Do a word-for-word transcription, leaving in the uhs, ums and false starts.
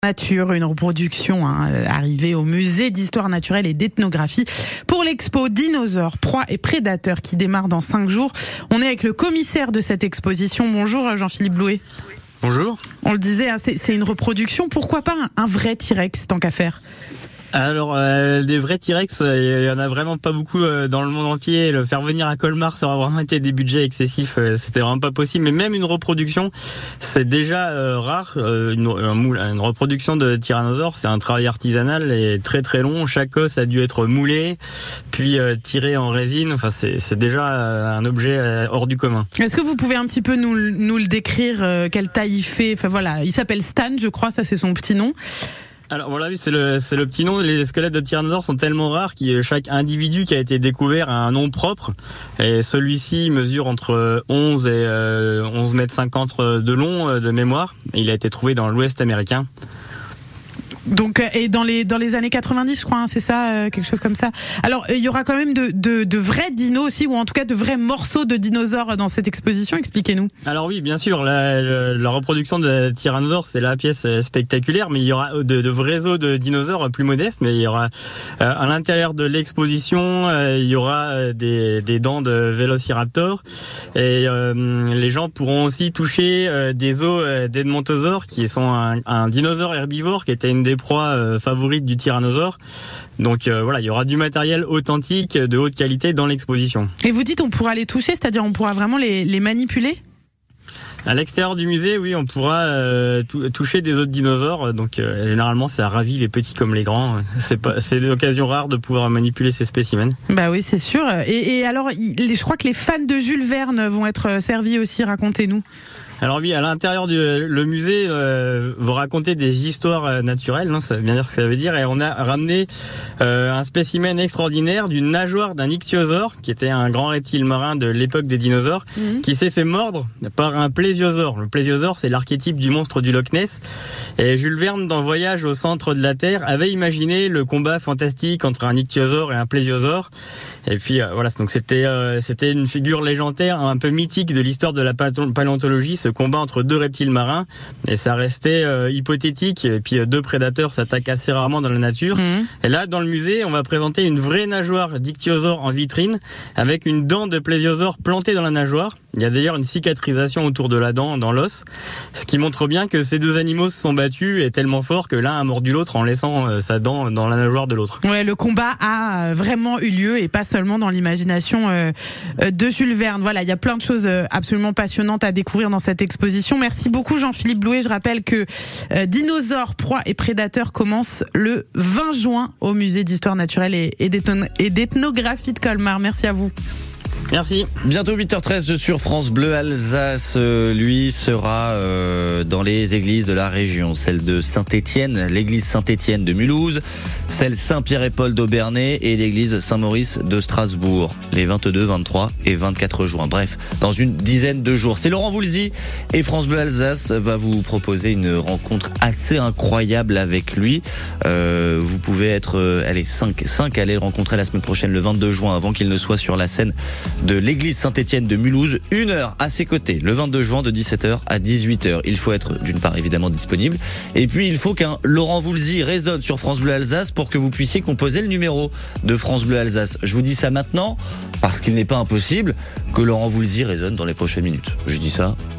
Nature, une reproduction hein, arrivée au musée d'histoire naturelle et d'ethnographie pour l'expo Dinosaures, proies et prédateurs qui démarre dans cinq jours. On est avec le commissaire de cette exposition. Bonjour Jean-Philippe Blouet. Bonjour. On le disait, hein, c'est, c'est une reproduction. Pourquoi pas un, un vrai T-Rex tant qu'à faire ? Alors, euh, des vrais T-Rex, il euh, y en a vraiment pas beaucoup euh, dans le monde entier. Le faire venir à Colmar, ça aurait vraiment été des budgets excessifs. Euh, c'était vraiment pas possible. Mais même une reproduction, c'est déjà euh, rare. Euh, une, un moule, une reproduction de tyrannosaure, c'est un travail artisanal et très très long. Chaque os a dû être moulé, puis euh, tiré en résine. Enfin, c'est, c'est déjà euh, un objet euh, hors du commun. Est-ce que vous pouvez un petit peu nous, nous le décrire, euh, quelle taille il fait ? Enfin voilà, il s'appelle Stan, je crois, ça c'est son petit nom. Alors voilà, oui, c'est le c'est le petit nom. Les squelettes de tyrannosaures sont tellement rares que chaque individu qui a été découvert a un nom propre. Et celui-ci mesure entre onze et euh, onze mètres cinquante de long de mémoire. Il a été trouvé dans l'Ouest américain. Donc et dans les dans les années quatre-vingt-dix, je crois, hein, c'est ça, euh, quelque chose comme ça. Alors il y aura quand même de de de vrais dinos aussi, ou en tout cas de vrais morceaux de dinosaures dans cette exposition. Expliquez-nous. Alors oui, bien sûr, la, la, la reproduction de tyrannosaures, c'est la pièce spectaculaire, mais il y aura de, de vrais os de dinosaures plus modestes. Mais il y aura euh, à l'intérieur de l'exposition, euh, il y aura des des dents de vélociraptor, et euh, les gens pourront aussi toucher euh, des os d'edmontosaures, qui sont un, un dinosaure herbivore qui était une des proies euh, favorites du tyrannosaure. Donc euh, voilà, il y aura du matériel authentique de haute qualité dans l'exposition. Et vous dites on pourra les toucher, c'est-à-dire on pourra vraiment les, les manipuler ? À l'extérieur du musée, oui, on pourra euh, tou- toucher des os de dinosaures. Donc euh, généralement, ça ravit les petits comme les grands. C'est pas, c'est une occasion rare de pouvoir manipuler ces spécimens. Bah oui, c'est sûr. Et, et alors, il, je crois que les fans de Jules Verne vont être servis aussi. Racontez-nous. Alors oui, à l'intérieur du le musée, euh, vous racontez des histoires naturelles, non, ça veut bien dire ce que ça veut dire. Et on a ramené euh, un spécimen extraordinaire d'une nageoire d'un ichthyosaure, qui était un grand reptile marin de l'époque des dinosaures, mmh. qui s'est fait mordre par un plésiosaure. Le plésiosaure, c'est l'archétype du monstre du Loch Ness. Et Jules Verne, dans Voyage au centre de la Terre, avait imaginé le combat fantastique entre un ichthyosaure et un plésiosaure. Et puis euh, voilà, donc c'était euh, c'était une figure légendaire, un peu mythique de l'histoire de la paléontologie, ce combat entre deux reptiles marins, et ça restait euh, hypothétique. Et puis euh, deux prédateurs s'attaquent assez rarement dans la nature. Mmh. Et là, dans le musée, on va présenter une vraie nageoire d'ichthyosaure en vitrine, avec une dent de plésiosaure plantée dans la nageoire. Il y a d'ailleurs une cicatrisation autour de la dent, dans l'os, ce qui montre bien que ces deux animaux se sont battus, et tellement fort que l'un a mordu l'autre en laissant euh, sa dent dans la nageoire de l'autre. Ouais, le combat a vraiment eu lieu, et pas seulement dans l'imagination euh, de Jules Verne. Voilà, il y a plein de choses absolument passionnantes à découvrir dans cette exposition. Merci beaucoup Jean-Philippe Blouet. Je rappelle que euh, Dinosaures, proies et prédateurs commence le vingt juin au musée d'histoire naturelle et, et, d'ethno- et d'ethnographie de Colmar. Merci à vous. Merci. Bientôt huit heures treize sur France Bleu Alsace. Euh, lui sera euh, dans les églises de la région. Celle de Saint-Étienne, l'église Saint-Étienne de Mulhouse, celle Saint-Pierre-et-Paul d'Aubernay et l'église Saint-Maurice de Strasbourg. Les vingt-deux, vingt-trois et vingt-quatre juin. Bref, dans une dizaine de jours. C'est Laurent Voulzy et France Bleu Alsace va vous proposer une rencontre assez incroyable avec lui. Euh, vous pouvez être, euh, allez, cinq, cinq à aller le rencontrer la semaine prochaine, le vingt-deux juin, avant qu'il ne soit sur la scène de l'église Saint-Étienne de Mulhouse, une heure à ses côtés, le vingt-deux juin de dix-sept heures à dix-huit heures. Il faut être d'une part évidemment disponible, et puis il faut qu'un Laurent Voulzy résonne sur France Bleu Alsace pour que vous puissiez composer le numéro de France Bleu Alsace. Je vous dis ça maintenant, parce qu'il n'est pas impossible que Laurent Voulzy résonne dans les prochaines minutes. Je dis ça